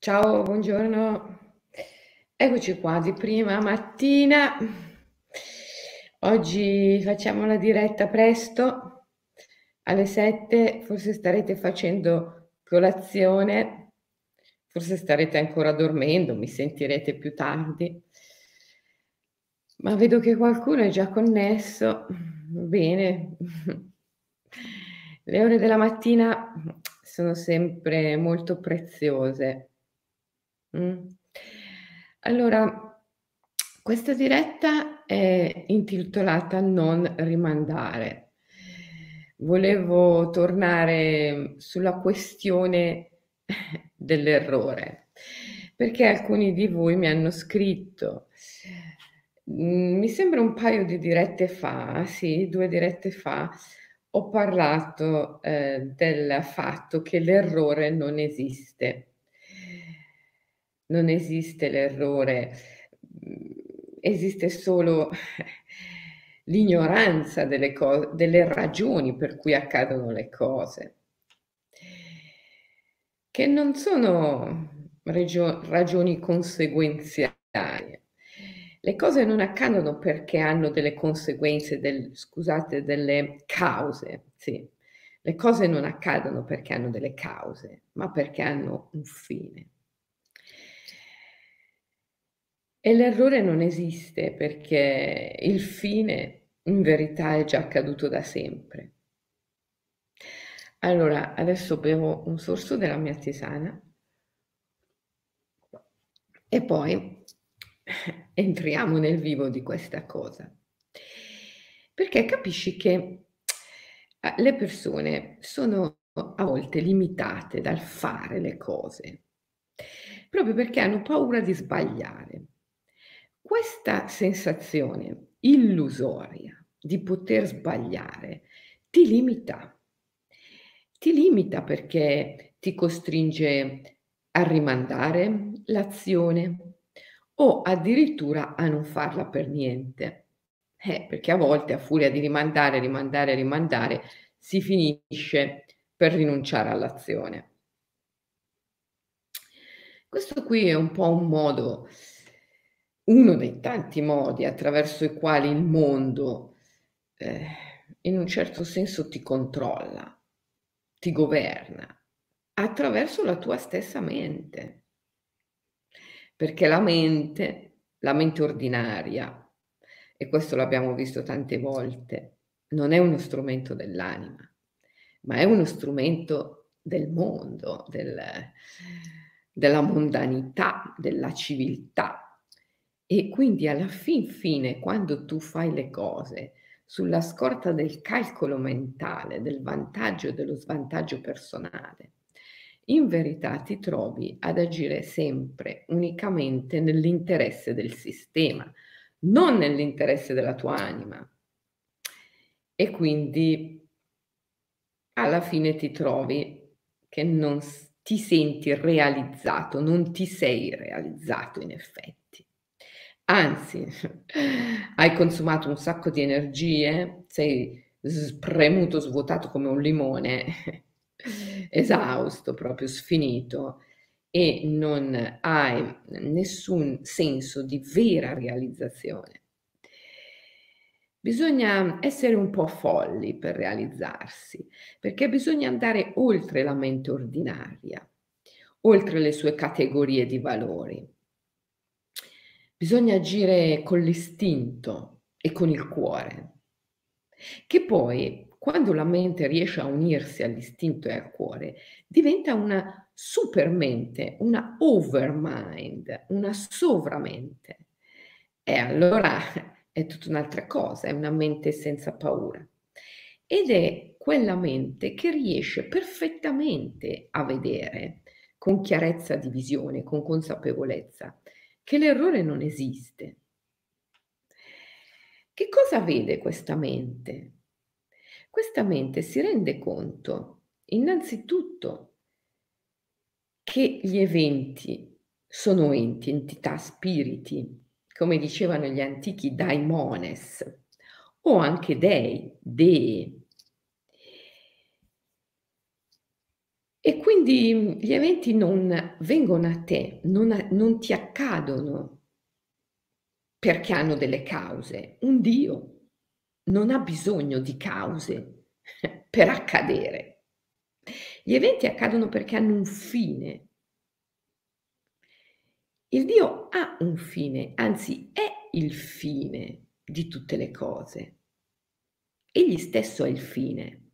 Ciao, buongiorno. Eccoci qua di prima mattina. Oggi facciamo la diretta presto, alle 7, forse starete facendo colazione, forse starete ancora dormendo, mi sentirete più tardi. Ma vedo che qualcuno è già connesso. Bene. Le ore della mattina sono sempre molto preziose. Mh. Allora, questa diretta è intitolata "Non rimandare". Volevo tornare sulla questione dell'errore, perché alcuni di voi mi hanno scritto, mi sembra un paio di dirette fa, sì, 2 dirette fa, ho parlato, del fatto che l'errore non esiste. Non esiste l'errore, esiste solo l'ignoranza delle ragioni per cui accadono le cose, che non sono ragioni conseguenziali. Le cose non accadono perché hanno delle conseguenze, scusate, delle cause, sì. Le cose non accadono perché hanno delle cause, ma perché hanno un fine. E l'errore non esiste perché il fine in verità è già accaduto da sempre. Allora, adesso bevo un sorso della mia tisana e poi entriamo nel vivo di questa cosa. Perché capisci che le persone sono a volte limitate dal fare le cose, proprio perché hanno paura di sbagliare. Questa sensazione illusoria di poter sbagliare ti limita. Ti limita perché ti costringe a rimandare l'azione o addirittura a non farla per niente. Perché a volte a furia di rimandare, rimandare, rimandare, si finisce per rinunciare all'azione. Questo qui è un po' un modo, uno dei tanti modi attraverso i quali il mondo, ehm, in un certo senso ti controlla, ti governa, attraverso la tua stessa mente. Perché la mente ordinaria, e questo l'abbiamo visto tante volte, non è uno strumento dell'anima, ma è uno strumento del mondo, della mondanità, della civiltà. E quindi alla fin fine, quando tu fai le cose sulla scorta del calcolo mentale, del vantaggio e dello svantaggio personale, in verità ti trovi ad agire sempre unicamente nell'interesse del sistema, non nell'interesse della tua anima. E quindi alla fine ti trovi che non ti senti realizzato, non ti sei realizzato in effetti. Anzi, hai consumato un sacco di energie, sei spremuto, svuotato come un limone, esausto, proprio sfinito e non hai nessun senso di vera realizzazione. Bisogna essere un po' folli per realizzarsi, perché bisogna andare oltre la mente ordinaria, oltre le sue categorie di valori. Bisogna agire con l'istinto e con il cuore, che poi, quando la mente riesce a unirsi all'istinto e al cuore, diventa una supermente, una overmind, una sovramente. E allora è tutta un'altra cosa, è una mente senza paura. Ed è quella mente che riesce perfettamente a vedere con chiarezza di visione, con consapevolezza, che l'errore non esiste. Che cosa vede questa mente? Questa mente si rende conto, innanzitutto, che gli eventi sono enti, entità, spiriti, come dicevano gli antichi daimones, o anche dei, dee. E quindi gli eventi non vengono a te, non ti accadono perché hanno delle cause. Un Dio non ha bisogno di cause per accadere. Gli eventi accadono perché hanno un fine. Il Dio ha un fine, anzi è il fine di tutte le cose. Egli stesso è il fine.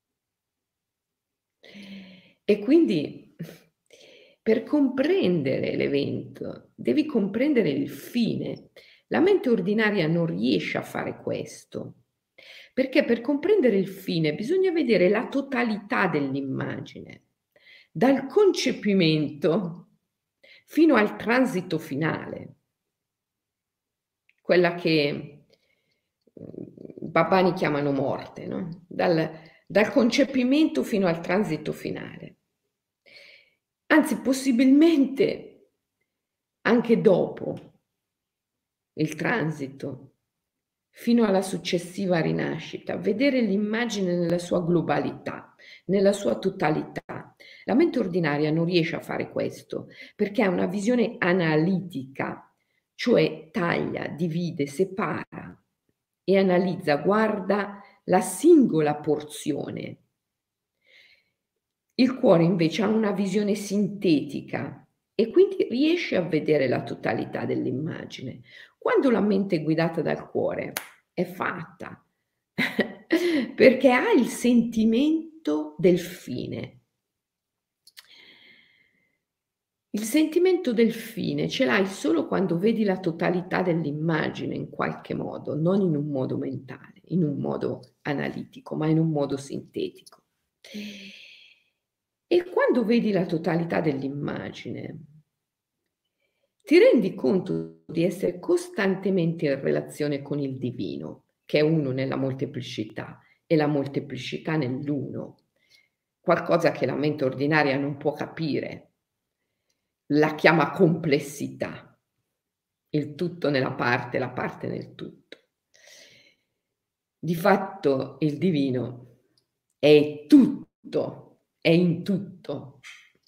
E quindi per comprendere l'evento devi comprendere il fine. La mente ordinaria non riesce a fare questo, perché per comprendere il fine bisogna vedere la totalità dell'immagine, dal concepimento fino al transito finale, quella che babbani chiamano morte, no? Dal concepimento fino al transito finale. Anzi, possibilmente anche dopo il transito, fino alla successiva rinascita, vedere l'immagine nella sua globalità, nella sua totalità. La mente ordinaria non riesce a fare questo perché ha una visione analitica, cioè taglia, divide, separa e analizza, guarda la singola porzione. Il cuore invece ha una visione sintetica e quindi riesce a vedere la totalità dell'immagine. Quando la mente è guidata dal cuore è fatta, perché ha il sentimento del fine. Il sentimento del fine ce l'hai solo quando vedi la totalità dell'immagine in qualche modo, non in un modo mentale, in un modo analitico, ma in un modo sintetico. E quando vedi la totalità dell'immagine, ti rendi conto di essere costantemente in relazione con il divino, che è uno nella molteplicità e la molteplicità nell'uno, qualcosa che la mente ordinaria non può capire. La chiama complessità, il tutto nella parte, la parte nel tutto. Di fatto il divino è tutto, è in tutto.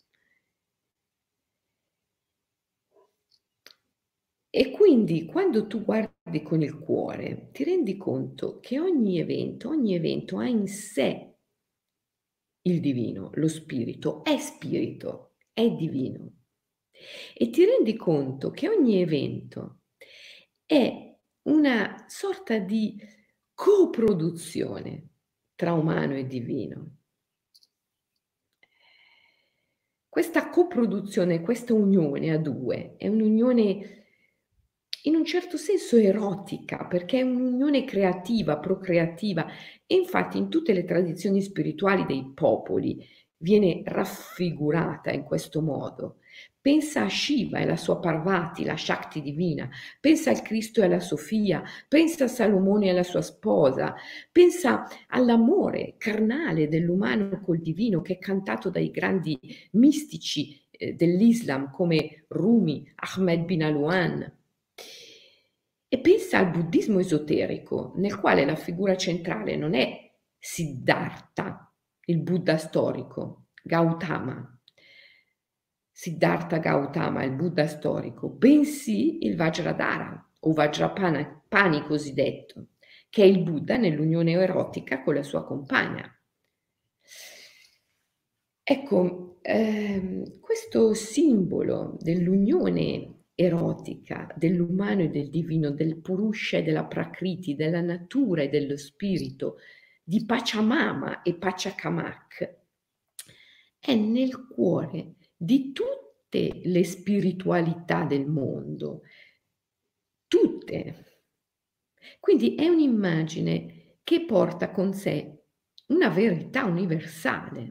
E quindi quando tu guardi con il cuore, ti rendi conto che ogni evento ha in sé il divino, lo spirito, è divino. E ti rendi conto che ogni evento è una sorta di coproduzione tra umano e divino. Questa coproduzione, questa unione a due è un'unione in un certo senso erotica, perché è un'unione creativa, procreativa e infatti in tutte le tradizioni spirituali dei popoli viene raffigurata in questo modo. Pensa a Shiva e la sua Parvati, la Shakti divina, pensa al Cristo e alla Sofia, pensa a Salomone e alla sua sposa, pensa all'amore carnale dell'umano col divino che è cantato dai grandi mistici dell'Islam come Rumi, Ahmed bin Alouan. E pensa al buddismo esoterico, nel quale la figura centrale non è Siddhartha, il Buddha storico, Gautama. Siddhartha Gautama, il Buddha storico, bensì il Vajradhara o Vajrapani cosiddetto, che è il Buddha nell'unione erotica con la sua compagna. Ecco, questo simbolo dell'unione erotica dell'umano e del divino, del Purusha e della Prakriti, della natura e dello spirito, di Pachamama e Pachacamac, è nel cuore di tutte le spiritualità del mondo, tutte. Quindi è un'immagine che porta con sé una verità universale.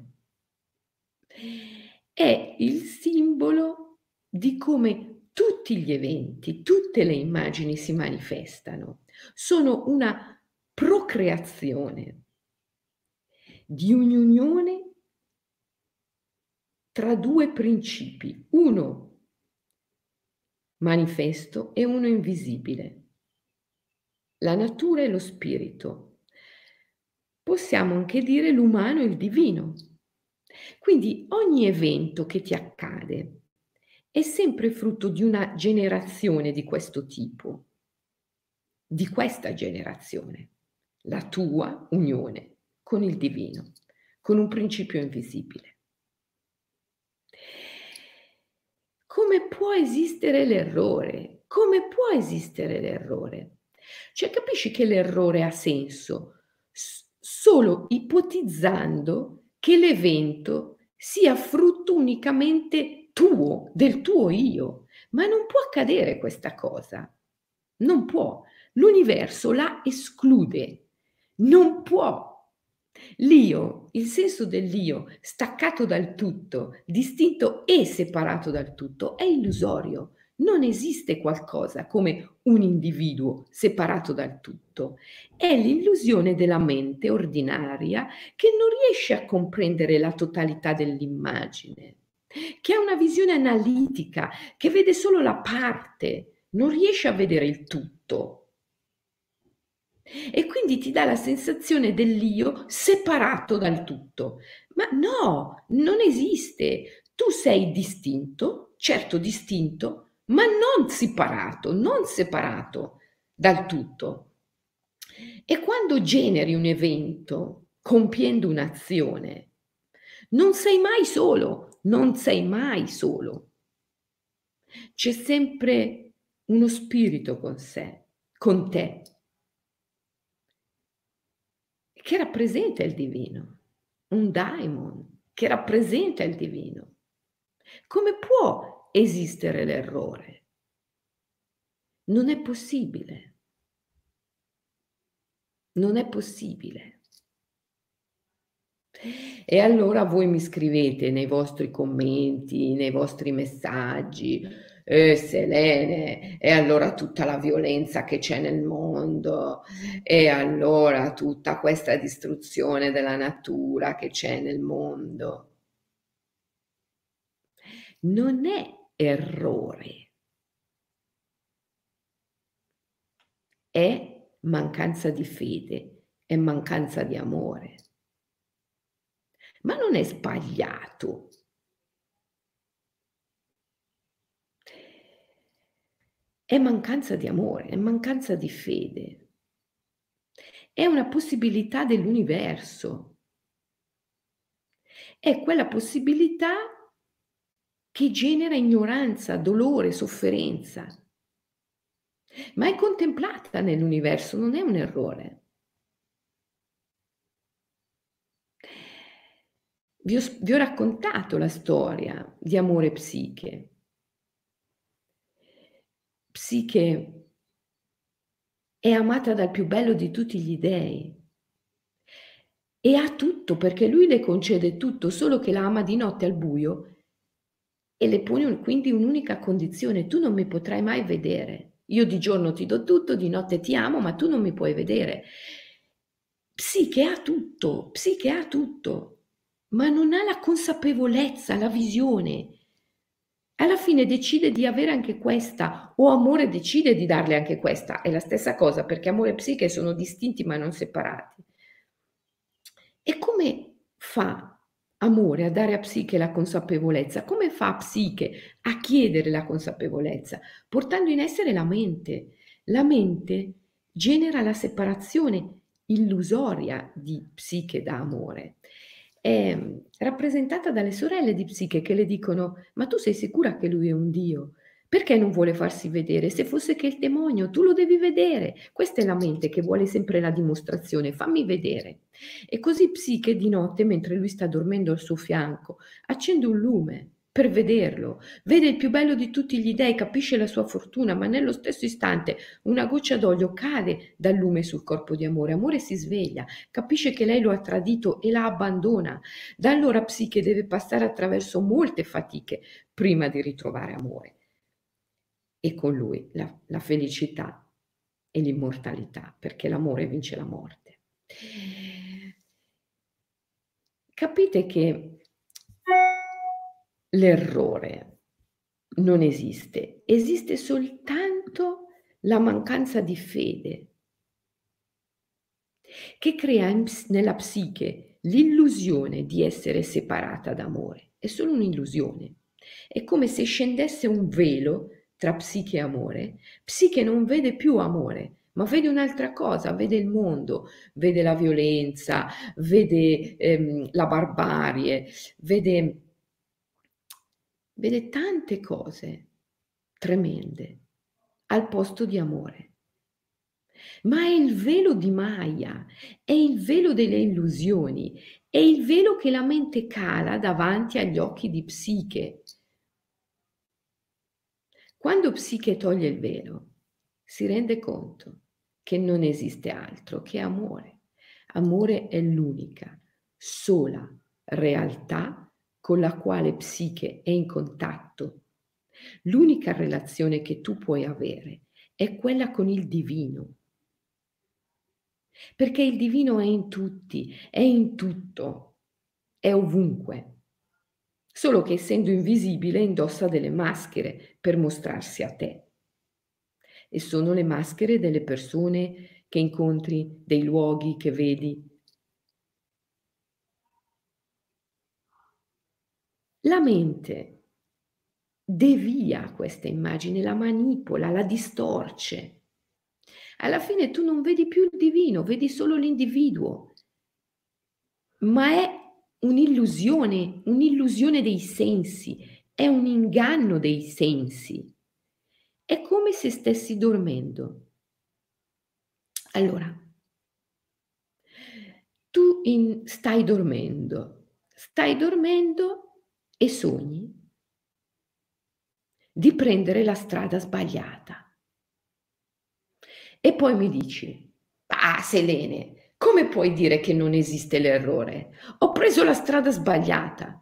È il simbolo di come tutti gli eventi, tutte le immagini si manifestano. Sono una procreazione di un'unione tra due principi, uno manifesto e uno invisibile, la natura e lo spirito. Possiamo anche dire l'umano e il divino, Quindi ogni evento che ti accade è sempre frutto di una generazione di questo tipo, di questa generazione, la tua unione con il divino, con un principio invisibile. Come può esistere l'errore? Come può esistere l'errore? Cioè capisci che l'errore ha senso solo ipotizzando che l'evento sia frutto unicamente tuo, del tuo io, ma non può accadere questa cosa. Non può. L'universo la esclude. Non può. L'io, il senso dell'io staccato dal tutto, distinto e separato dal tutto, è illusorio. Non esiste qualcosa come un individuo separato dal tutto. È l'illusione della mente ordinaria che non riesce a comprendere la totalità dell'immagine, che ha una visione analitica, che vede solo la parte, non riesce a vedere il tutto. E quindi ti dà la sensazione dell'io separato dal tutto. Ma no, non esiste. Tu sei distinto, certo distinto, ma non separato, non separato dal tutto. E quando generi un evento, compiendo un'azione, non sei mai solo, non sei mai solo. C'è sempre uno spirito con te, che rappresenta il divino, un daimon che rappresenta il divino. Come può esistere l'errore? Non è possibile. Non è possibile. E allora voi mi scrivete nei vostri commenti, nei vostri messaggi, Selene, e allora tutta la violenza che c'è nel mondo, e allora tutta questa distruzione della natura che c'è nel mondo. Non è errore, è mancanza di fede, è mancanza di amore. Ma non è sbagliato. È mancanza di amore, è mancanza di fede. È una possibilità dell'universo. È quella possibilità che genera ignoranza, dolore, sofferenza. Ma è contemplata nell'universo, non è un errore. Vi ho raccontato la storia di Amore Psiche. Psiche è amata dal più bello di tutti gli dei e ha tutto perché lui le concede tutto, solo che la ama di notte al buio e le pone quindi un'unica condizione: tu non mi potrai mai vedere. Io di giorno ti do tutto, di notte ti amo, ma tu non mi puoi vedere. Psiche ha tutto, ma non ha la consapevolezza, la visione. Alla fine decide di avere anche questa, o Amore decide di darle anche questa, è la stessa cosa, perché Amore e Psiche sono distinti ma non separati. E come fa Amore a dare a Psiche la consapevolezza? Come fa Psiche a chiedere la consapevolezza? Portando in essere la mente. La mente genera la separazione illusoria di Psiche da Amore. È rappresentata dalle sorelle di Psiche che le dicono: "Ma tu sei sicura che lui è un dio? Perché non vuole farsi vedere? Se fosse che il demonio, tu lo devi vedere". Questa è la mente che vuole sempre la dimostrazione: "Fammi vedere". E così Psiche di notte, mentre lui sta dormendo al suo fianco, accende un lume per vederlo, vede il più bello di tutti gli dei, capisce la sua fortuna, ma nello stesso istante una goccia d'olio cade dal lume sul corpo di Amore. Amore si sveglia, capisce che lei lo ha tradito e la abbandona. Da allora Psiche deve passare attraverso molte fatiche prima di ritrovare Amore e con lui la felicità e l'immortalità, perché l'amore vince la morte. Capite che l'errore non esiste, esiste soltanto la mancanza di fede che crea nella psiche l'illusione di essere separata d'amore è solo un'illusione. È come se scendesse un velo tra psiche e amore. Psiche non vede più amore, ma vede un'altra cosa, vede il mondo, vede la violenza, vede la barbarie, vede tante cose tremende al posto di amore. Ma è il velo di Maya, è il velo delle illusioni, è il velo che la mente cala davanti agli occhi di Psiche. Quando Psiche toglie il velo, si rende conto che non esiste altro che amore. Amore è l'unica, sola realtà con la quale Psiche è in contatto. L'unica relazione che tu puoi avere è quella con il divino. Perché il divino è in tutti, è in tutto, è ovunque. Solo che essendo invisibile indossa delle maschere per mostrarsi a te. E sono le maschere delle persone che incontri, dei luoghi che vedi. La mente devia questa immagine, la manipola, la distorce. Alla fine tu non vedi più il divino, vedi solo l'individuo, ma è un'illusione dei sensi, è un inganno dei sensi. È come se stessi dormendo. Allora, tu stai dormendo e sogni di prendere la strada sbagliata. E poi mi dici: "Ah, Selene, come puoi dire che non esiste l'errore? Ho preso la strada sbagliata."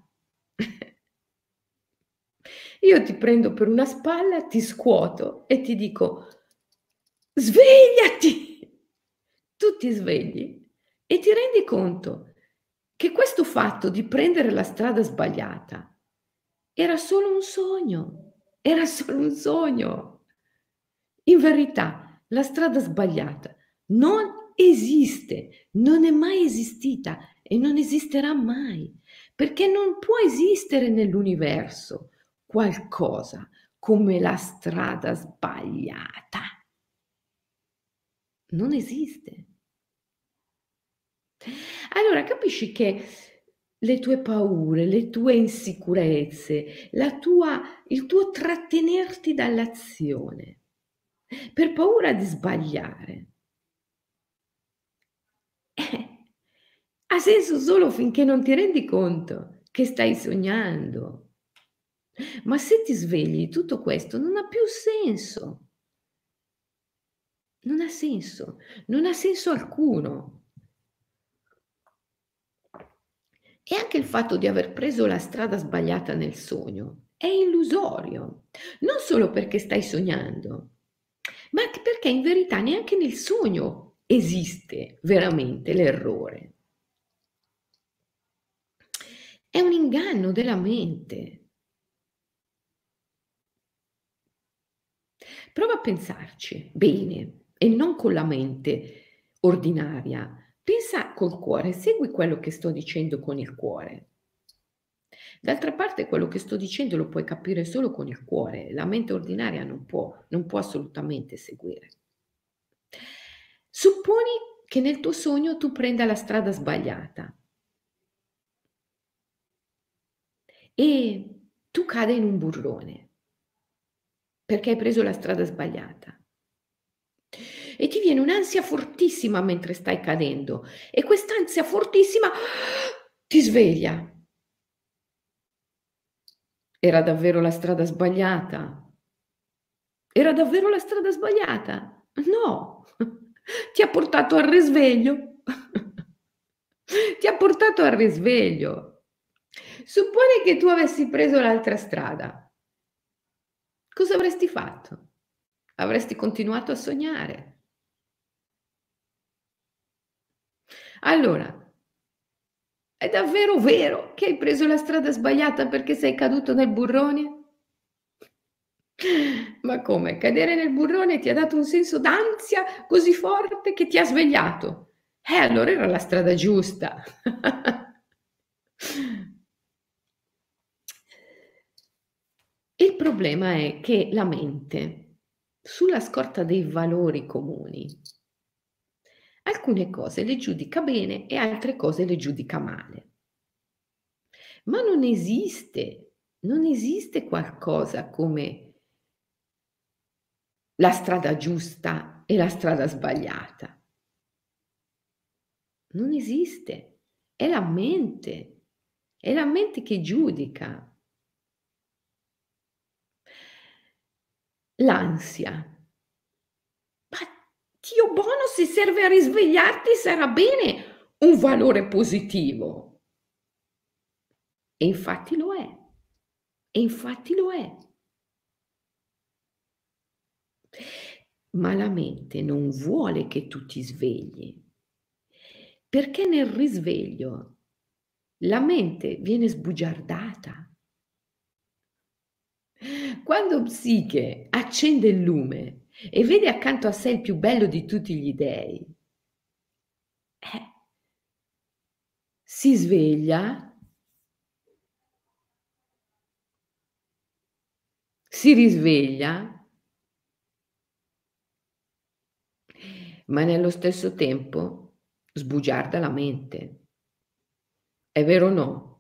Io ti prendo per una spalla, ti scuoto e ti dico: "Svegliati!" Tu ti svegli e ti rendi conto che questo fatto di prendere la strada sbagliata era solo un sogno, era solo un sogno. In verità, la strada sbagliata non esiste, non è mai esistita e non esisterà mai, perché non può esistere nell'universo qualcosa come la strada sbagliata. Non esiste. Allora capisci che le tue paure, le tue insicurezze, il tuo trattenerti dall'azione per paura di sbagliare, ha senso solo finché non ti rendi conto che stai sognando. Ma se ti svegli, tutto questo non ha più senso. Non ha senso, non ha senso alcuno. E anche il fatto di aver preso la strada sbagliata nel sogno è illusorio, non solo perché stai sognando, ma anche perché in verità neanche nel sogno esiste veramente l'errore. È un inganno della mente. Prova a pensarci bene e non con la mente ordinaria. Pensa col cuore, segui quello che sto dicendo con il cuore. D'altra parte quello che sto dicendo lo puoi capire solo con il cuore, la mente ordinaria non può assolutamente seguire. Supponi che nel tuo sogno tu prenda la strada sbagliata e tu cada in un burrone perché hai preso la strada sbagliata. E ti viene un'ansia fortissima mentre stai cadendo e quest'ansia fortissima ti sveglia. Era davvero la strada sbagliata? Era davvero la strada sbagliata? No, ti ha portato al risveglio. Ti ha portato al risveglio. Supponi che tu avessi preso l'altra strada. Cosa avresti fatto? Avresti continuato a sognare. Allora, è davvero vero che hai preso la strada sbagliata perché sei caduto nel burrone? Ma come? Cadere nel burrone ti ha dato un senso d'ansia così forte che ti ha svegliato. Allora era la strada giusta. Il problema è che la mente, sulla scorta dei valori comuni, alcune cose le giudica bene e altre cose le giudica male. Ma non esiste qualcosa come la strada giusta e la strada sbagliata. Non esiste. È la mente che giudica. L'ansia. Ma Dio buono, se serve a risvegliarti sarà bene un valore positivo. E infatti lo è. E infatti lo è. Ma la mente non vuole che tu ti svegli, perché nel risveglio la mente viene sbugiardata. Quando Psiche accende il lume e vede accanto a sé il più bello di tutti gli dei, eh, si sveglia, si risveglia, ma nello stesso tempo sbugiarda la mente. È vero o no?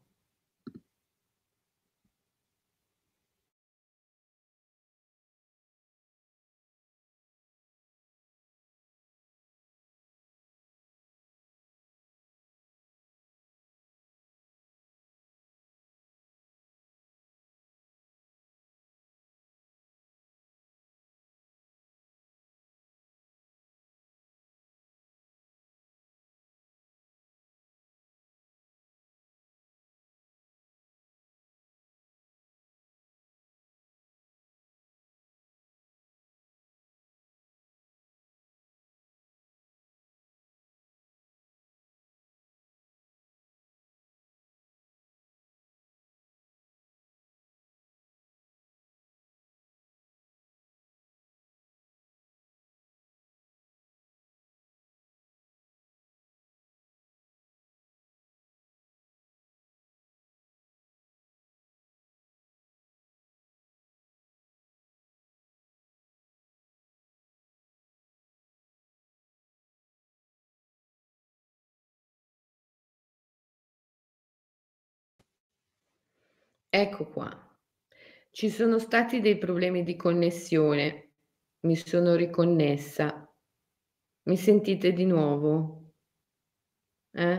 Ecco qua. Ci sono stati dei problemi di connessione. Mi sono riconnessa. Mi sentite di nuovo? Eh?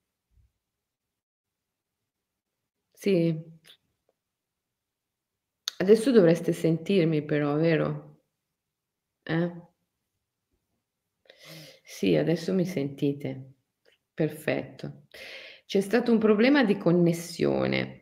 Sì. Adesso dovreste sentirmi però, vero? Eh? Sì, adesso mi sentite. Perfetto. C'è stato un problema di connessione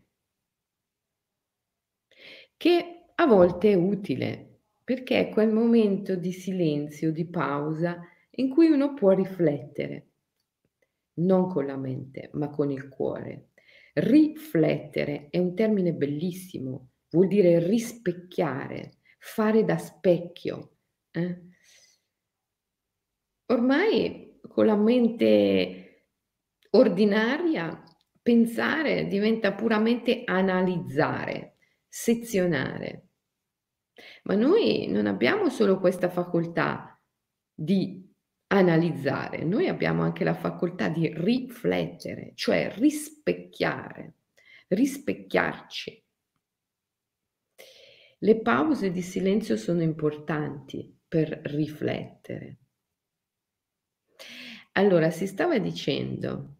che a volte è utile, perché è quel momento di silenzio, di pausa in cui uno può riflettere, non con la mente, ma con il cuore. Riflettere è un termine bellissimo, vuol dire rispecchiare, fare da specchio, eh. Ormai con la mente ordinaria pensare diventa puramente analizzare, sezionare. Ma noi non abbiamo solo questa facoltà di analizzare, noi abbiamo anche la facoltà di riflettere, cioè rispecchiare, rispecchiarci. Le pause di silenzio sono importanti per riflettere. Allora, si stava dicendo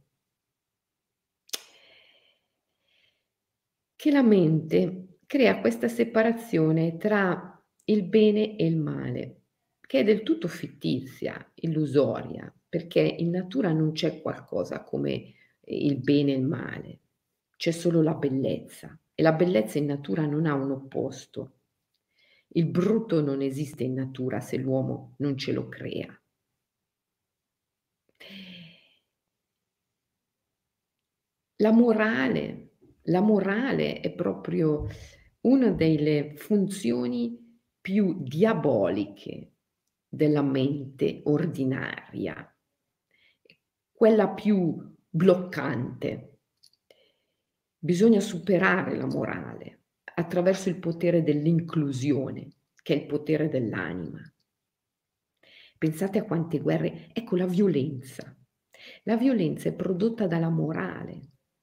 che la mente crea questa separazione tra il bene e il male, che è del tutto fittizia, illusoria, perché in natura non c'è qualcosa come il bene e il male, c'è solo la bellezza e la bellezza in natura non ha un opposto. Il brutto non esiste in natura se l'uomo non ce lo crea. La morale è proprio una delle funzioni più diaboliche della mente ordinaria. quella più bloccante. Bisogna superare la morale attraverso il potere dell'inclusione, che è il potere dell'anima. Pensate a quante guerre, ecco la violenza. La violenza è prodotta dalla morale.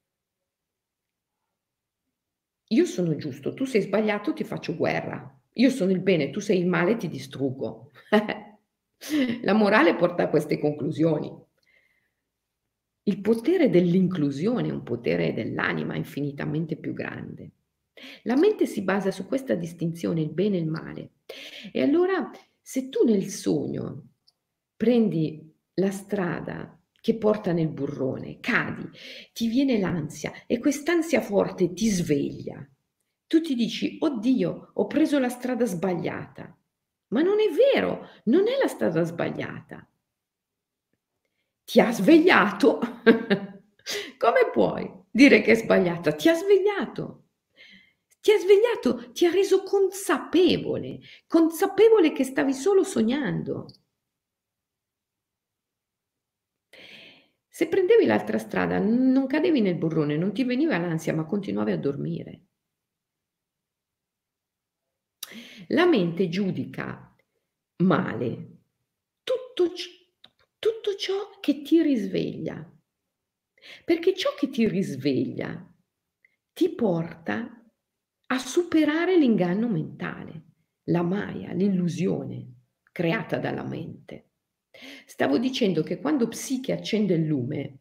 Io sono giusto, tu sei sbagliato, ti faccio guerra. Io sono il bene, tu sei il male, ti distruggo. La morale porta a queste conclusioni. Il potere dell'inclusione è un potere dell'anima infinitamente più grande. La mente si basa su questa distinzione, il bene e il male. E allora, se tu nel sogno prendi la strada che porta nel burrone, cadi, ti viene l'ansia e quest'ansia forte ti sveglia. Tu ti dici, oddio, ho preso la strada sbagliata. Ma non è vero, non è la strada sbagliata. Ti ha svegliato. Come puoi dire che è sbagliata? Ti ha svegliato. Ti ha svegliato, ti ha reso consapevole, consapevole che stavi solo sognando. Se prendevi l'altra strada, non cadevi nel burrone, non ti veniva l'ansia, ma continuavi a dormire. La mente giudica male tutto ciò che ti risveglia, perché ciò che ti risveglia ti porta a superare l'inganno mentale, la maya, l'illusione creata dalla mente. Stavo dicendo che quando Psiche accende il lume,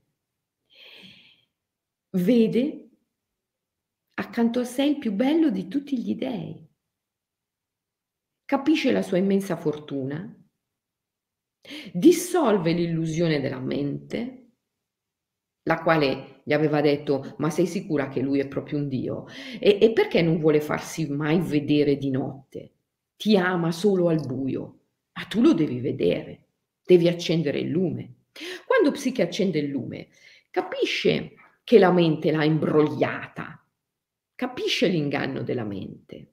vede accanto a sé il più bello di tutti gli dei. Capisce la sua immensa fortuna, dissolve l'illusione della mente, la quale gli aveva detto: ma sei sicura che lui è proprio un dio? E perché non vuole farsi mai vedere di notte? Ti ama solo al buio, ma tu lo devi vedere, devi accendere il lume. Quando Psiche accende il lume, capisce che la mente l'ha imbrogliata, capisce l'inganno della mente.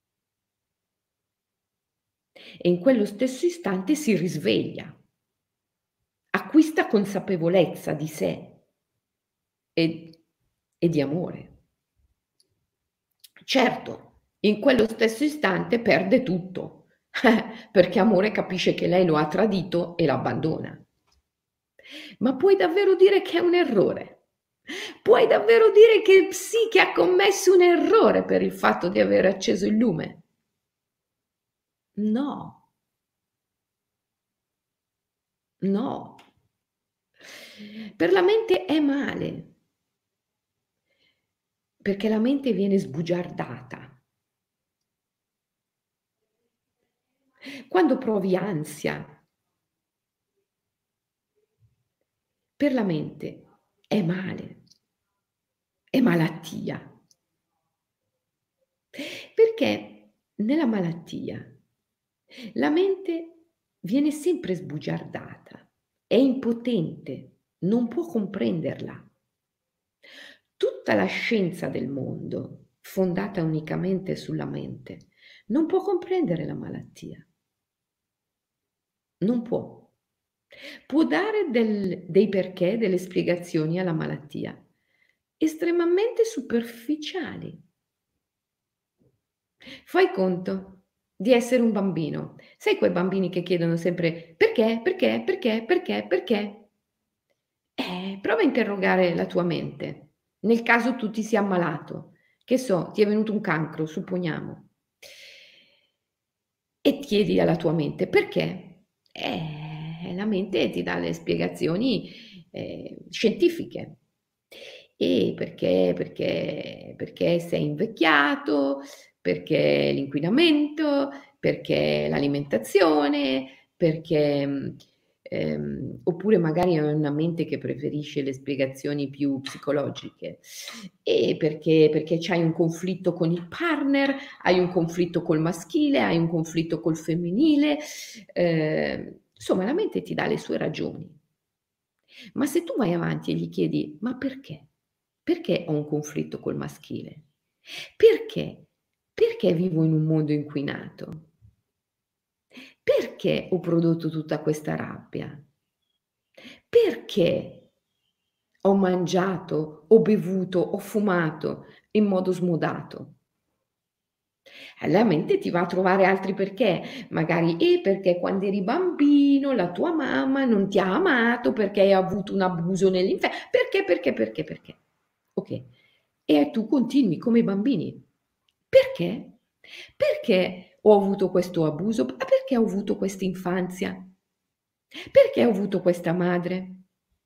E in quello stesso istante si risveglia, acquista consapevolezza di sé e di amore. Certo, in quello stesso istante perde tutto, perché amore capisce che lei lo ha tradito e l'abbandona. Ma puoi davvero dire che è un errore? Puoi davvero dire che Psiche ha commesso un errore per il fatto di aver acceso il lume? No, no. Per la mente è male, perché la mente viene sbugiardata. Quando provi ansia, per la mente è male, è malattia. Perché nella malattia la mente viene sempre sbugiardata, è impotente, non può comprenderla. Tutta la scienza del mondo, fondata unicamente sulla mente, non può comprendere la malattia. Non può. Può dare dei perché, delle spiegazioni alla malattia, estremamente superficiali. Fai conto di essere un bambino. Sai quei bambini che chiedono sempre: "Perché? Perché? Perché? Perché? Perché?" Prova a interrogare la tua mente. Nel caso tu ti sia ammalato, che so, ti è venuto un cancro, supponiamo, e chiedi alla tua mente: "Perché?" La mente ti dà le spiegazioni, scientifiche. Perché sei invecchiato, perché l'inquinamento, perché l'alimentazione, perché oppure magari hai una mente che preferisce le spiegazioni più psicologiche, e perché c'hai un conflitto con il partner, hai un conflitto col maschile, hai un conflitto col femminile, insomma la mente ti dà le sue ragioni. Ma se tu vai avanti e gli chiedi: "Ma perché? Perché ho un conflitto col maschile? Perché? Perché vivo in un mondo inquinato? Perché ho prodotto tutta questa rabbia? Perché?" ho mangiato, ho bevuto, ho fumato in modo smodato. La mente ti va a trovare altri perché, magari perché quando eri bambino la tua mamma non ti ha amato perché hai avuto un abuso perché. Okay. E tu continui come i bambini. Perché? Perché ho avuto questo abuso? Perché ho avuto questa infanzia? Perché ho avuto questa madre?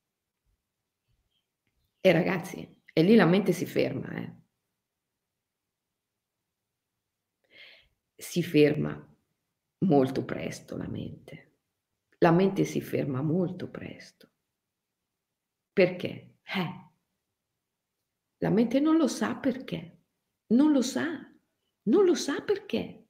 E ragazzi, e lì la mente si ferma, si ferma molto presto la mente. La mente si ferma molto presto. Perché? La mente non lo sa perché. Non lo sa. Non lo sa perché.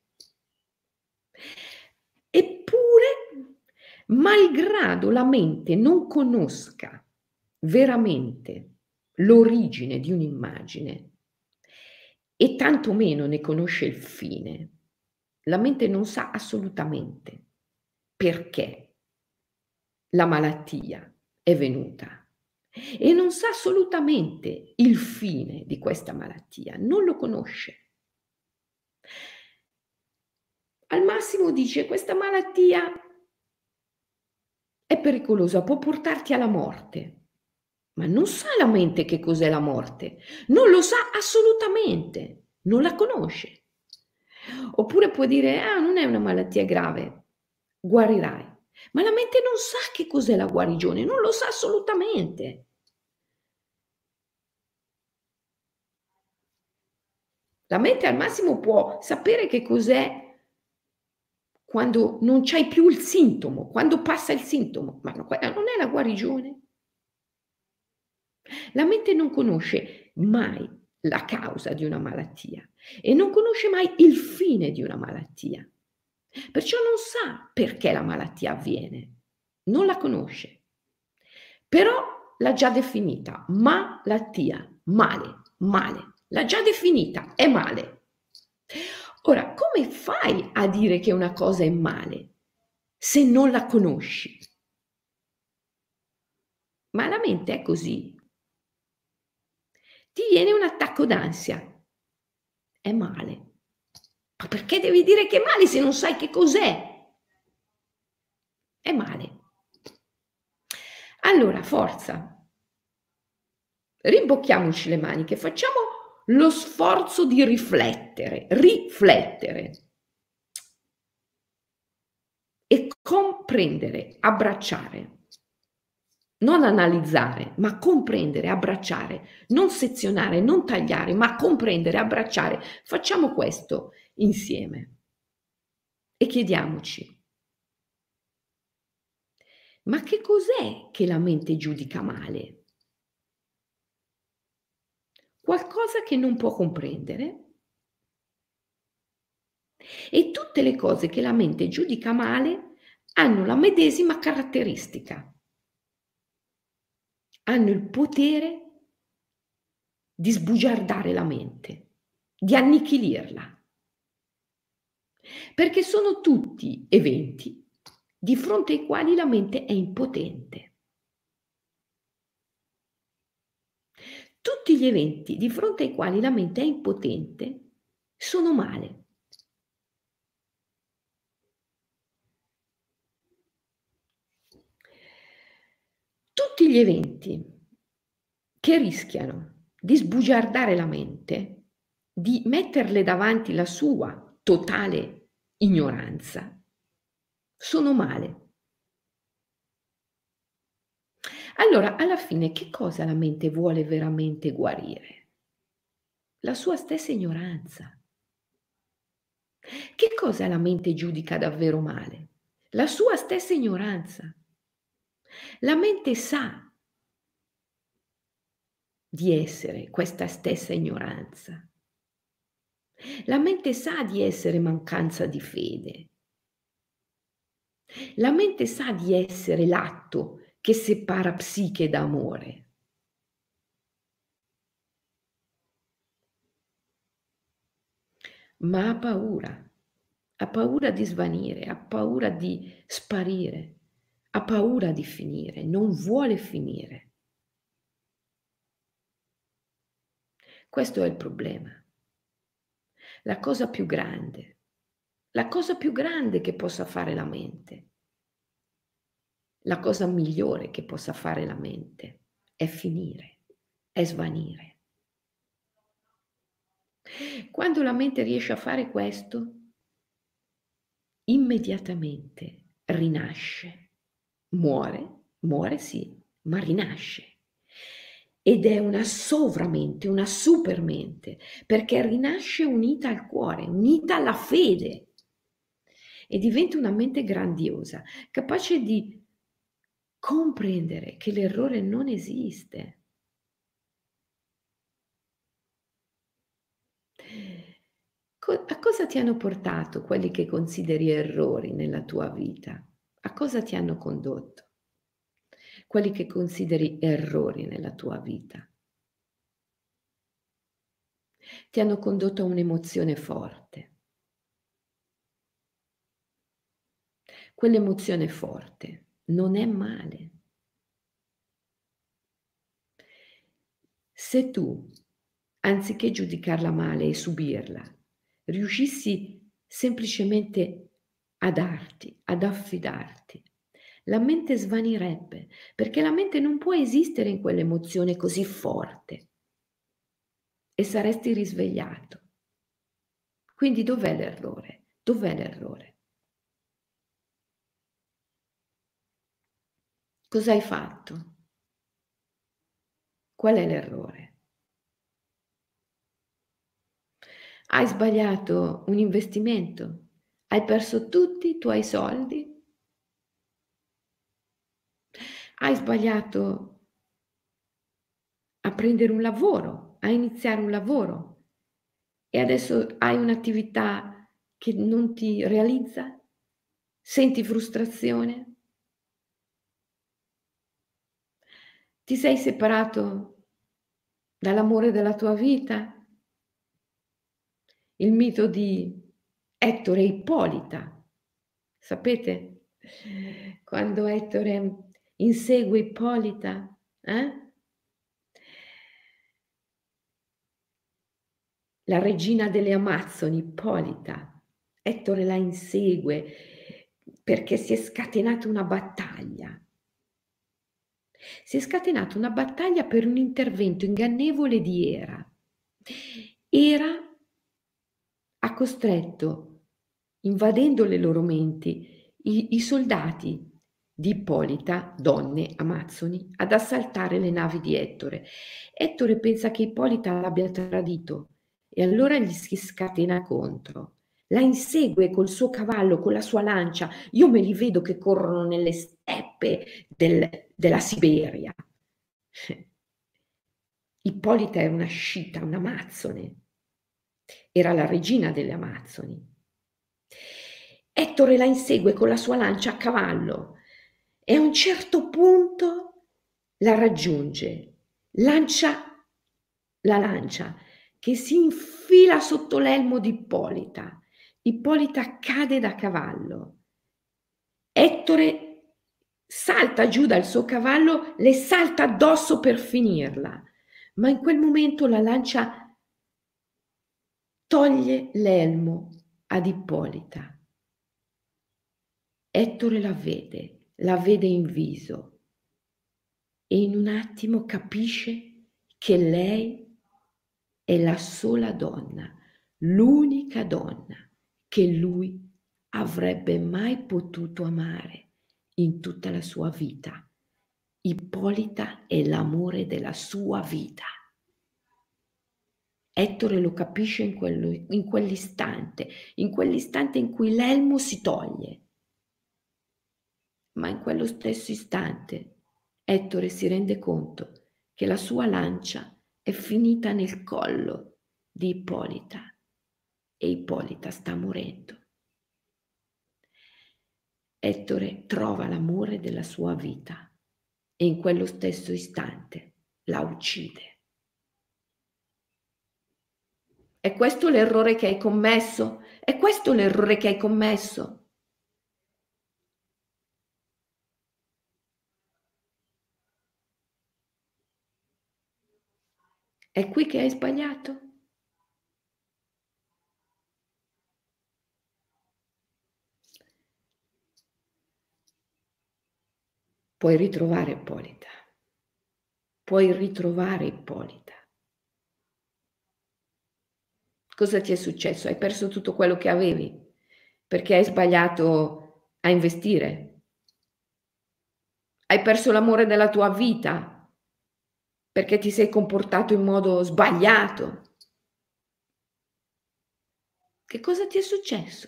Eppure, malgrado la mente non conosca veramente l'origine di un'immagine e tantomeno ne conosce il fine, la mente non sa assolutamente perché la malattia è venuta e non sa assolutamente il fine di questa malattia, non lo conosce. Al massimo dice: "Questa malattia è pericolosa, può portarti alla morte", ma non sa la mente che cos'è la morte, non lo sa assolutamente, non la conosce. Oppure può dire: "Ah, non è una malattia grave, guarirai", ma la mente non sa che cos'è la guarigione, non lo sa assolutamente. La mente al massimo può sapere che cos'è quando non c'hai più il sintomo, quando passa il sintomo, ma no, quella non è la guarigione. La mente non conosce mai la causa di una malattia e non conosce mai il fine di una malattia. Perciò non sa perché la malattia avviene, non la conosce. Però l'ha già definita, malattia, male, male. L'ha già definita, è male. Ora, come fai a dire che una cosa è male se non la conosci? Ma la mente è così. Ti viene un attacco d'ansia, è male. Ma perché devi dire che è male se non sai che cos'è? È male. Allora, forza, rimbocchiamoci le maniche, facciamo lo sforzo di riflettere, riflettere e comprendere, abbracciare. Non analizzare, ma comprendere, abbracciare, non sezionare, non tagliare, ma comprendere, abbracciare. Facciamo questo insieme e chiediamoci: ma che cos'è che la mente giudica male? Qualcosa che non può comprendere? E tutte le cose che la mente giudica male hanno la medesima caratteristica, hanno il potere di sbugiardare la mente, di annichilirla. Perché sono tutti eventi di fronte ai quali la mente è impotente. Tutti gli eventi di fronte ai quali la mente è impotente sono male. Tutti gli eventi che rischiano di sbugiardare la mente, di metterle davanti la sua totale ignoranza, sono male. Allora, alla fine, che cosa la mente vuole veramente guarire? La sua stessa ignoranza. Che cosa la mente giudica davvero male? La sua stessa ignoranza. La mente sa di essere questa stessa ignoranza. La mente sa di essere mancanza di fede. La mente sa di essere l'atto che separa psiche da amore. Ma ha paura di svanire, ha paura di sparire, ha paura di finire, non vuole finire. Questo è il problema. La cosa più grande che possa fare la mente, la cosa migliore che possa fare la mente è finire, è svanire. Quando la mente riesce a fare questo, immediatamente rinasce, muore sì, ma rinasce. Ed è una sovramente, una supermente, perché rinasce unita al cuore, unita alla fede e diventa una mente grandiosa, capace di comprendere che l'errore non esiste. A cosa ti hanno portato quelli che consideri errori nella tua vita? A cosa ti hanno condotto? Quelli che consideri errori nella tua vita. Ti hanno condotto a un'emozione forte. Quell'emozione forte non è male. Se tu, anziché giudicarla male e subirla, riuscissi semplicemente a darti, ad affidarti, la mente svanirebbe, perché la mente non può esistere in quell'emozione così forte e saresti risvegliato. Quindi dov'è l'errore? Dov'è l'errore? Cosa hai fatto? Qual è l'errore? Hai sbagliato un investimento? Hai perso tutti i tuoi soldi? Hai sbagliato a prendere un lavoro, a iniziare un lavoro e adesso hai un'attività che non ti realizza? Senti frustrazione? Ti sei separato dall'amore della tua vita? Il mito di Ettore e Ippolita. Sapete? Quando Ettore insegue Ippolita, la regina delle Amazzoni, Ippolita. Ettore la insegue perché si è scatenata una battaglia. Si è scatenata una battaglia per un intervento ingannevole di Era. Era ha costretto, invadendo le loro menti, i soldati di Ippolita, donne, amazzoni, ad assaltare le navi di Ettore. Ettore pensa che Ippolita l'abbia tradito e allora gli si scatena contro. La insegue col suo cavallo, con la sua lancia. Io me li vedo che corrono nelle steppe della Siberia. Ippolita è una scita, un'amazzone. Era la regina delle Amazzoni. Ettore la insegue con la sua lancia a cavallo e a un certo punto la raggiunge, lancia la lancia che si infila sotto l'elmo di Ippolita. Ippolita cade da cavallo. Ettore salta giù dal suo cavallo, le salta addosso per finirla, ma in quel momento la lancia toglie l'elmo ad Ippolita. Ettore la vede in viso e in un attimo capisce che lei è la sola donna, l'unica donna che lui avrebbe mai potuto amare in tutta la sua vita. Ippolita è l'amore della sua vita. Ettore lo capisce in quell'istante in cui l'elmo si toglie. Ma in quello stesso istante Ettore si rende conto che la sua lancia è finita nel collo di Ippolita e Ippolita sta morendo. Ettore trova l'amore della sua vita e in quello stesso istante la uccide. È questo l'errore che hai commesso? È questo l'errore che hai commesso? È qui che hai sbagliato? Puoi ritrovare Ippolita. Puoi ritrovare Ippolita. Cosa ti è successo? Hai perso tutto quello che avevi perché hai sbagliato a investire. Hai perso l'amore della tua vita perché ti sei comportato in modo sbagliato. Che cosa ti è successo?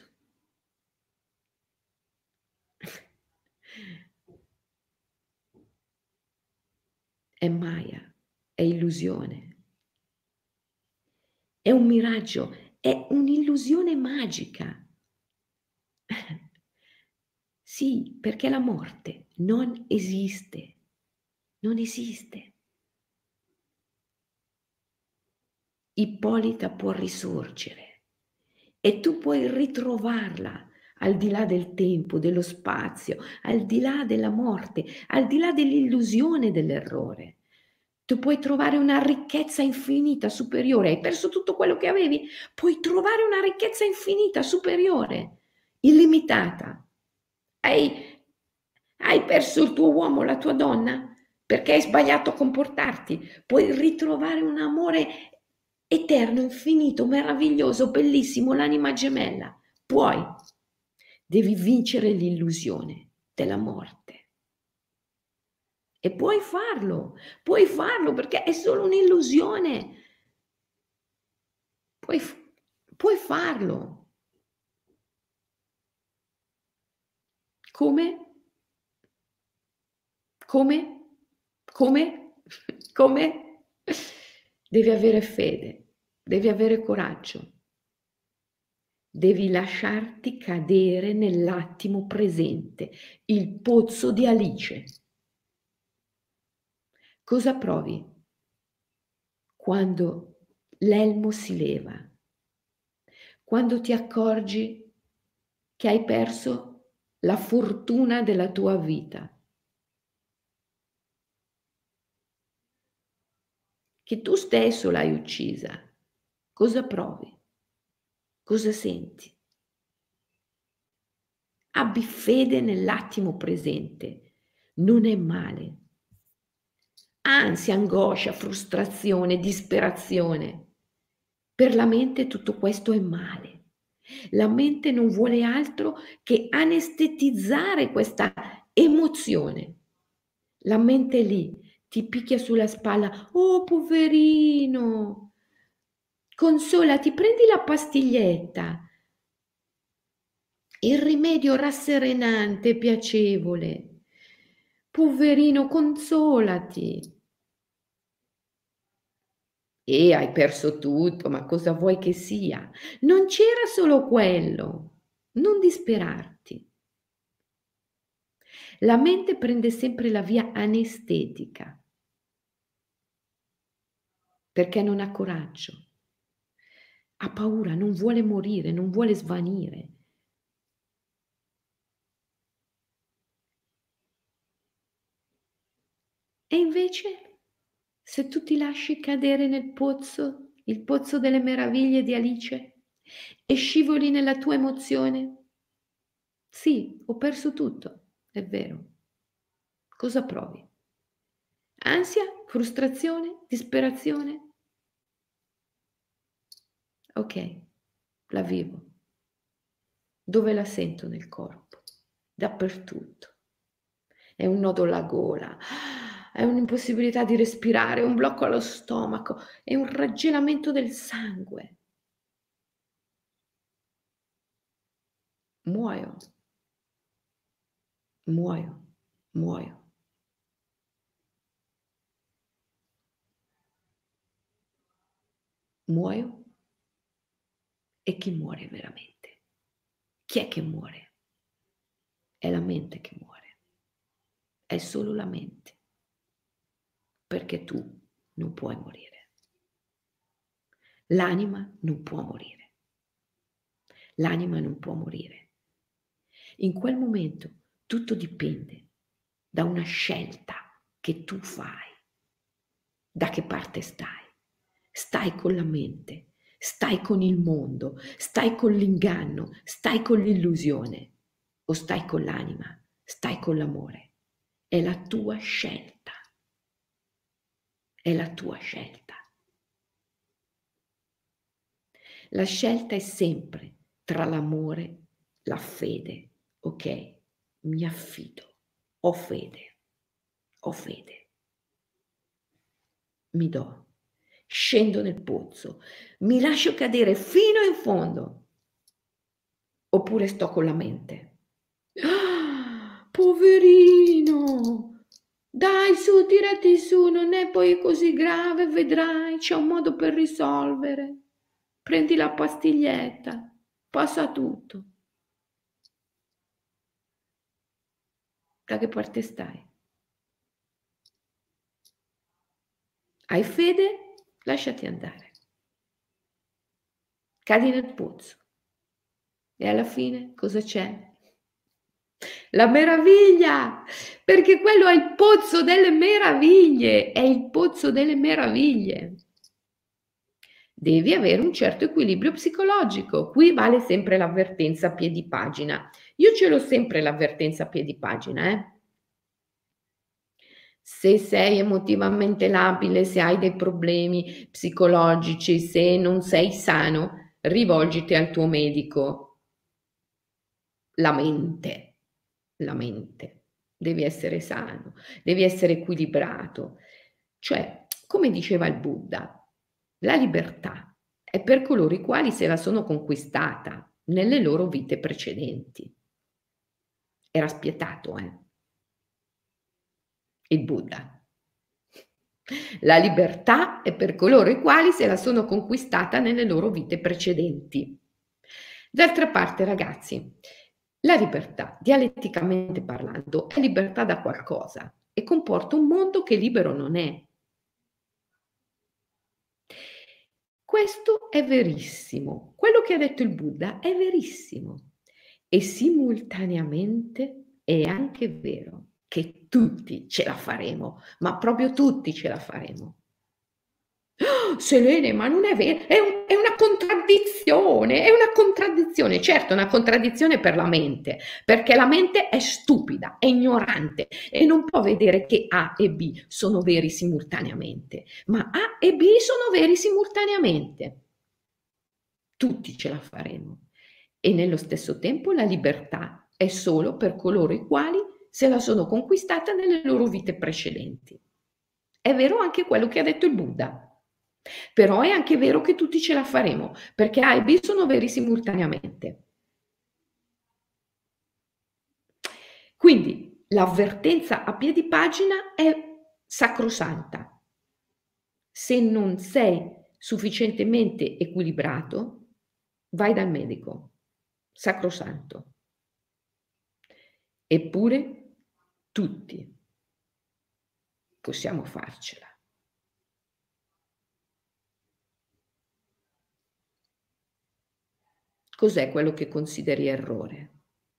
È Maya, è illusione, è un miraggio, è un'illusione magica. Sì, perché la morte non esiste, non esiste. Ippolita può risorgere e tu puoi ritrovarla al di là del tempo, dello spazio, al di là della morte, al di là dell'illusione dell'errore. Tu puoi trovare una ricchezza infinita superiore. Hai perso tutto quello che avevi, puoi trovare una ricchezza infinita superiore, illimitata. Hai perso il tuo uomo, la tua donna, perché hai sbagliato a comportarti. Puoi ritrovare un amore eterno, infinito, meraviglioso, bellissimo, l'anima gemella. Puoi. Devi vincere l'illusione della morte. E puoi farlo perché è solo un'illusione. Puoi, puoi farlo. Come? Come? Come? Come? Devi avere fede, devi avere coraggio, devi lasciarti cadere nell'attimo presente, il pozzo di Alice. Cosa provi quando l'elmo si leva? Quando ti accorgi che hai perso la fortuna della tua vita, che tu stesso l'hai uccisa, cosa provi? Cosa senti? Abbi fede nell'attimo presente, non è male. Ansia, angoscia, frustrazione, disperazione. Per la mente tutto questo è male. La mente non vuole altro che anestetizzare questa emozione. La mente lì ti picchia sulla spalla, oh poverino, consolati, prendi la pastiglietta, il rimedio rasserenante e piacevole. Poverino, consolati. E hai perso tutto, ma cosa vuoi che sia? Non c'era solo quello. Non disperarti. La mente prende sempre la via anestetica perché non ha coraggio, ha paura, non vuole morire, non vuole svanire. E invece, se tu ti lasci cadere nel pozzo, il pozzo delle meraviglie di Alice, e scivoli nella tua emozione, sì, ho perso tutto, è vero. Cosa provi? Ansia? Frustrazione? Disperazione? Ok, la vivo. Dove la sento nel corpo? Dappertutto. È un nodo alla gola, è un'impossibilità di respirare, un blocco allo stomaco, è un raggelamento del sangue. Muoio, muoio, muoio. Muoio e chi muore veramente? Chi è che muore? È la mente che muore, è solo la mente, perché tu non puoi morire. L'anima non può morire. L'anima non può morire. In quel momento tutto dipende da una scelta che tu fai. Da che parte stai? Stai con la mente, stai con il mondo, stai con l'inganno, stai con l'illusione o stai con l'anima, stai con l'amore. È la tua scelta, è la tua scelta. La scelta è sempre tra l'amore, la fede. Ok, mi affido, ho fede, mi do, scendo nel pozzo, mi lascio cadere fino in fondo, oppure sto con la mente. Ah, poverino, dai su, tirati su, non è poi così grave, vedrai, c'è un modo per risolvere. Prendi la pastiglietta, passa tutto. Da che parte stai? Hai fede? Lasciati andare. Cadi nel pozzo. E alla fine cosa c'è? La meraviglia! Perché quello è il pozzo delle meraviglie, è il pozzo delle meraviglie. Devi avere un certo equilibrio psicologico. Qui vale sempre l'avvertenza a piedi pagina. Io ce l'ho sempre l'avvertenza a piedi pagina, Se sei emotivamente labile, se hai dei problemi psicologici, se non sei sano, rivolgiti al tuo medico. La mente, la mente. Devi essere sano, devi essere equilibrato. Cioè, come diceva il Buddha, la libertà è per coloro i quali se la sono conquistata nelle loro vite precedenti. Era spietato, il Buddha. La libertà è per coloro i quali se la sono conquistata nelle loro vite precedenti. D'altra parte, ragazzi, la libertà, dialetticamente parlando, è libertà da qualcosa e comporta un mondo che libero non è. Questo è verissimo. Quello che ha detto il Buddha è verissimo. E simultaneamente è anche vero che tutti ce la faremo, ma proprio tutti ce la faremo. Selene, ma non è vero, è una contraddizione, è una contraddizione, certo, è una contraddizione per la mente, perché la mente è stupida, è ignorante e non può vedere che A e B sono veri simultaneamente, ma A e B sono veri simultaneamente. Tutti ce la faremo. E nello stesso tempo la libertà è solo per coloro i quali se la sono conquistata nelle loro vite precedenti. È vero anche quello che ha detto il Buddha. Però è anche vero che tutti ce la faremo, perché A e B sono veri simultaneamente. Quindi l'avvertenza a piedi pagina è sacrosanta. Se non sei sufficientemente equilibrato, vai dal medico, sacrosanto. Eppure tutti possiamo farcela. Cos'è quello che consideri errore?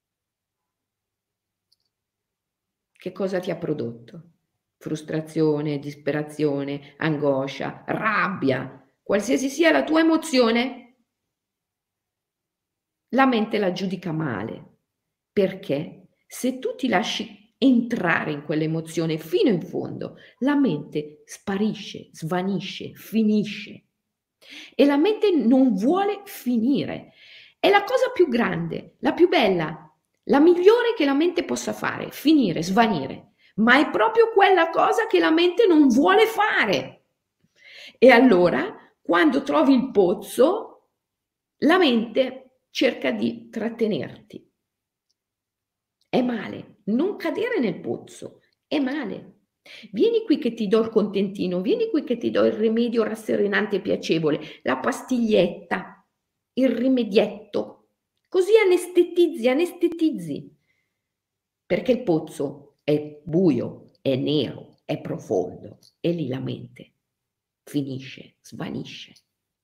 Che cosa ti ha prodotto? Frustrazione, disperazione, angoscia, rabbia, qualsiasi sia la tua emozione, la mente la giudica male. Perché se tu ti lasci entrare in quell'emozione fino in fondo, la mente sparisce, svanisce, finisce. E la mente non vuole finire. È la cosa più grande, la più bella, la migliore che la mente possa fare, finire, svanire. Ma è proprio quella cosa che la mente non vuole fare. E allora, quando trovi il pozzo, la mente cerca di trattenerti. È male, non cadere nel pozzo, è male. Vieni qui che ti do il contentino, vieni qui che ti do il rimedio rasserenante e piacevole, la pastiglietta, il rimedietto. Così anestetizzi, anestetizzi. Perché il pozzo è buio, è nero, è profondo e lì la mente finisce, svanisce.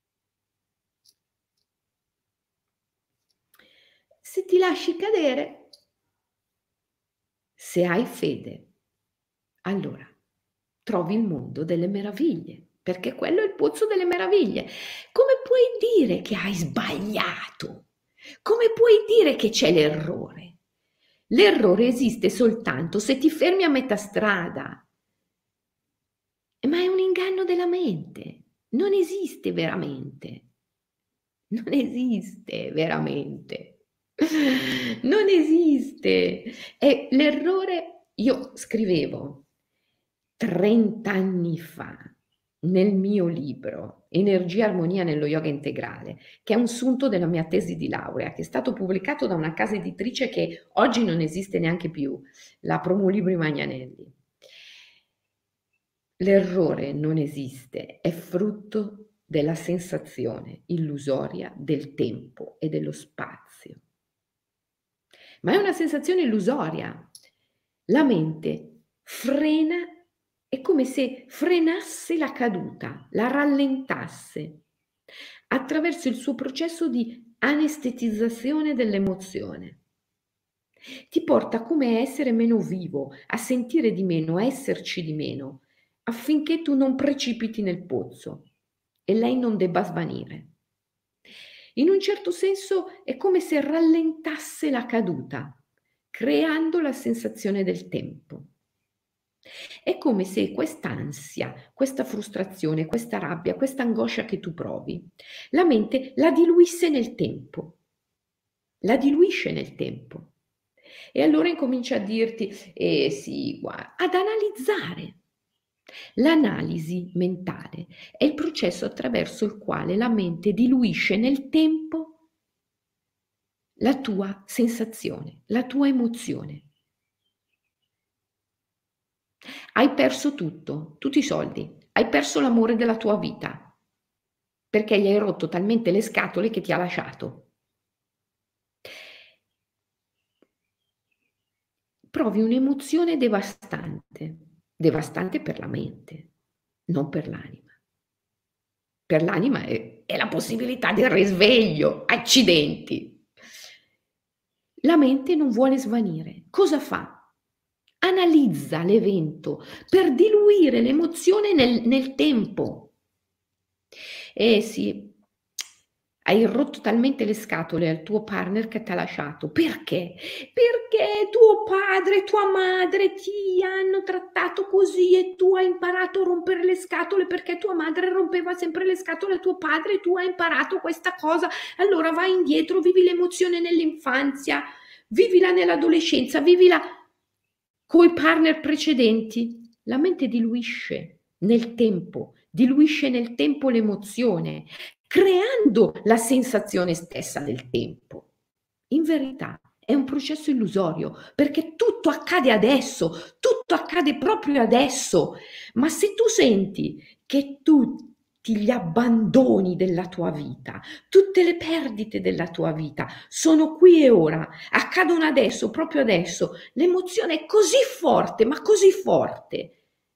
Se ti lasci cadere, se hai fede, allora trovi il mondo delle meraviglie, perché quello è il pozzo delle meraviglie. Come puoi dire che hai sbagliato? Come puoi dire che c'è l'errore? L'errore esiste soltanto se ti fermi a metà strada, ma è un inganno della mente, non esiste veramente. Non esiste veramente. Non esiste. E l'errore, io scrivevo 30 anni fa nel mio libro Energia e armonia nello yoga integrale, che è un sunto della mia tesi di laurea, che è stato pubblicato da una casa editrice che oggi non esiste neanche più, la Promolibri Magnanelli. L'errore non esiste, è frutto della sensazione illusoria del tempo e dello spazio. Ma è una sensazione illusoria. La mente frena, è come se frenasse la caduta, la rallentasse attraverso il suo processo di anestetizzazione dell'emozione. Ti porta come a essere meno vivo, a sentire di meno, a esserci di meno, affinché tu non precipiti nel pozzo e lei non debba svanire. In un certo senso è come se rallentasse la caduta, creando la sensazione del tempo. È come se quest'ansia, questa frustrazione, questa rabbia, questa angoscia che tu provi, la mente la diluisse nel tempo, la diluisce nel tempo. E allora incomincia a dirti, sì, guarda, ad analizzare. L'analisi mentale è il processo attraverso il quale la mente diluisce nel tempo la tua sensazione, la tua emozione. Hai perso tutto, tutti i soldi, hai perso l'amore della tua vita, perché gli hai rotto talmente le scatole che ti ha lasciato. Provi un'emozione devastante, devastante per la mente, non per l'anima. Per l'anima è la possibilità del risveglio, accidenti. La mente non vuole svanire. Cosa fa? Analizza l'evento per diluire l'emozione nel tempo. Eh sì, hai rotto talmente le scatole al tuo partner che ti ha lasciato. Perché? Perché tuo padre e tua madre ti hanno trattato così e tu hai imparato a rompere le scatole perché tua madre rompeva sempre le scatole a tuo padre e tu hai imparato questa cosa. Allora vai indietro, vivi l'emozione nell'infanzia, vivila nell'adolescenza, vivila coi partner precedenti. La mente diluisce nel tempo l'emozione, creando la sensazione stessa del tempo. In verità è un processo illusorio, perché tutto accade adesso, tutto accade proprio adesso, ma se tu senti che tutti gli abbandoni della tua vita, tutte le perdite della tua vita sono qui e ora, accadono adesso, proprio adesso, l'emozione è così forte, ma così forte,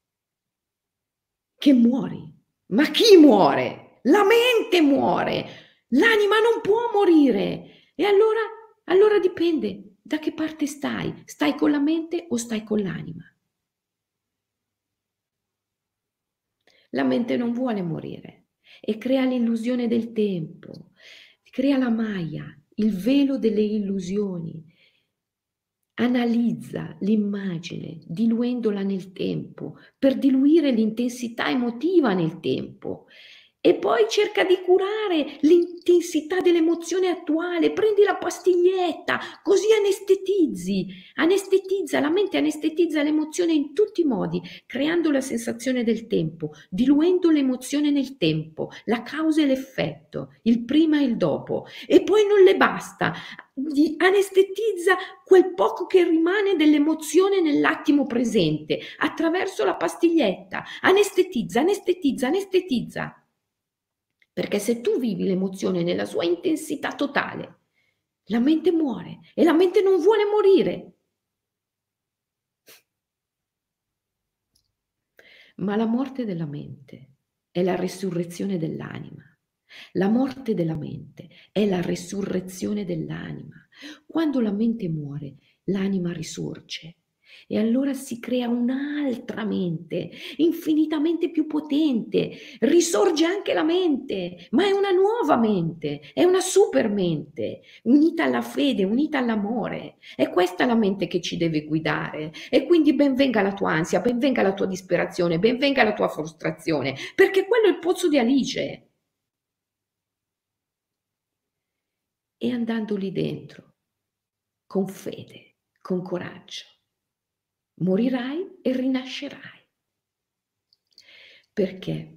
che muori. Ma chi muore? La mente muore, l'anima non può morire. E allora dipende da che parte stai. Stai con la mente o stai con l'anima? La mente non vuole morire e crea l'illusione del tempo, crea la maya, il velo delle illusioni. Analizza l'immagine diluendola nel tempo per diluire l'intensità emotiva nel tempo e poi cerca di curare l'intensità dell'emozione attuale, prendi la pastiglietta, così anestetizza, la mente anestetizza l'emozione in tutti i modi, creando la sensazione del tempo, diluendo l'emozione nel tempo, la causa e l'effetto, il prima e il dopo, e poi non le basta, anestetizza quel poco che rimane dell'emozione nell'attimo presente attraverso la pastiglietta, anestetizza. Perché se tu vivi l'emozione nella sua intensità totale, la mente muore e la mente non vuole morire. Ma la morte della mente è la risurrezione dell'anima. La morte della mente è la risurrezione dell'anima. Quando la mente muore, l'anima risorge. E allora si crea un'altra mente, infinitamente più potente, risorge anche la mente, ma è una nuova mente, è una super mente, unita alla fede, unita all'amore. È questa la mente che ci deve guidare. E quindi ben venga la tua ansia, ben venga la tua disperazione, ben venga la tua frustrazione, perché quello è il pozzo di Alice. E andando lì dentro, con fede, con coraggio, morirai e rinascerai. Perché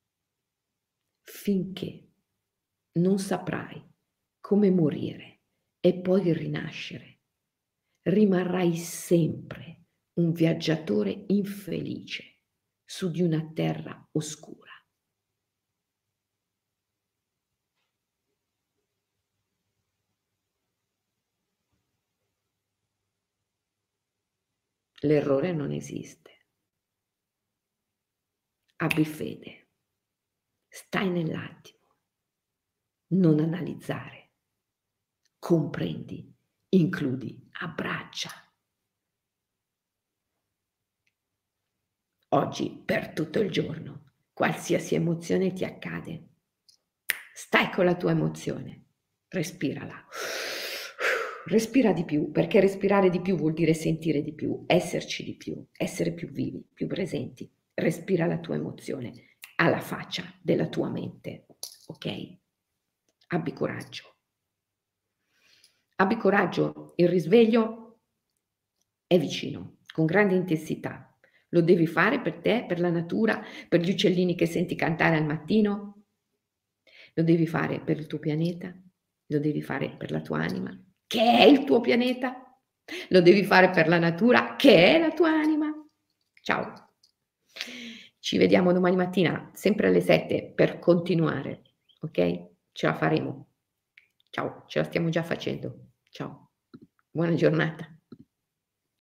finché non saprai come morire e poi rinascere, rimarrai sempre un viaggiatore infelice su di una terra oscura. L'errore non esiste. Abbi fede, stai nell'attimo, non analizzare, comprendi, includi, abbraccia. Oggi, per tutto il giorno, qualsiasi emozione ti accade, stai con la tua emozione, respirala. Respira di più, perché respirare di più vuol dire sentire di più, esserci di più, essere più vivi, più presenti. Respira la tua emozione alla faccia della tua mente, ok? Abbi coraggio. Abbi coraggio, il risveglio è vicino, con grande intensità. Lo devi fare per te, per la natura, per gli uccellini che senti cantare al mattino. Lo devi fare per il tuo pianeta, lo devi fare per la tua anima, che è il tuo pianeta. Lo devi fare per la natura, che è la tua anima. Ciao. Ci vediamo domani mattina, sempre alle 7, per continuare, ok? Ce la faremo. Ciao, ce la stiamo già facendo. Ciao. Buona giornata.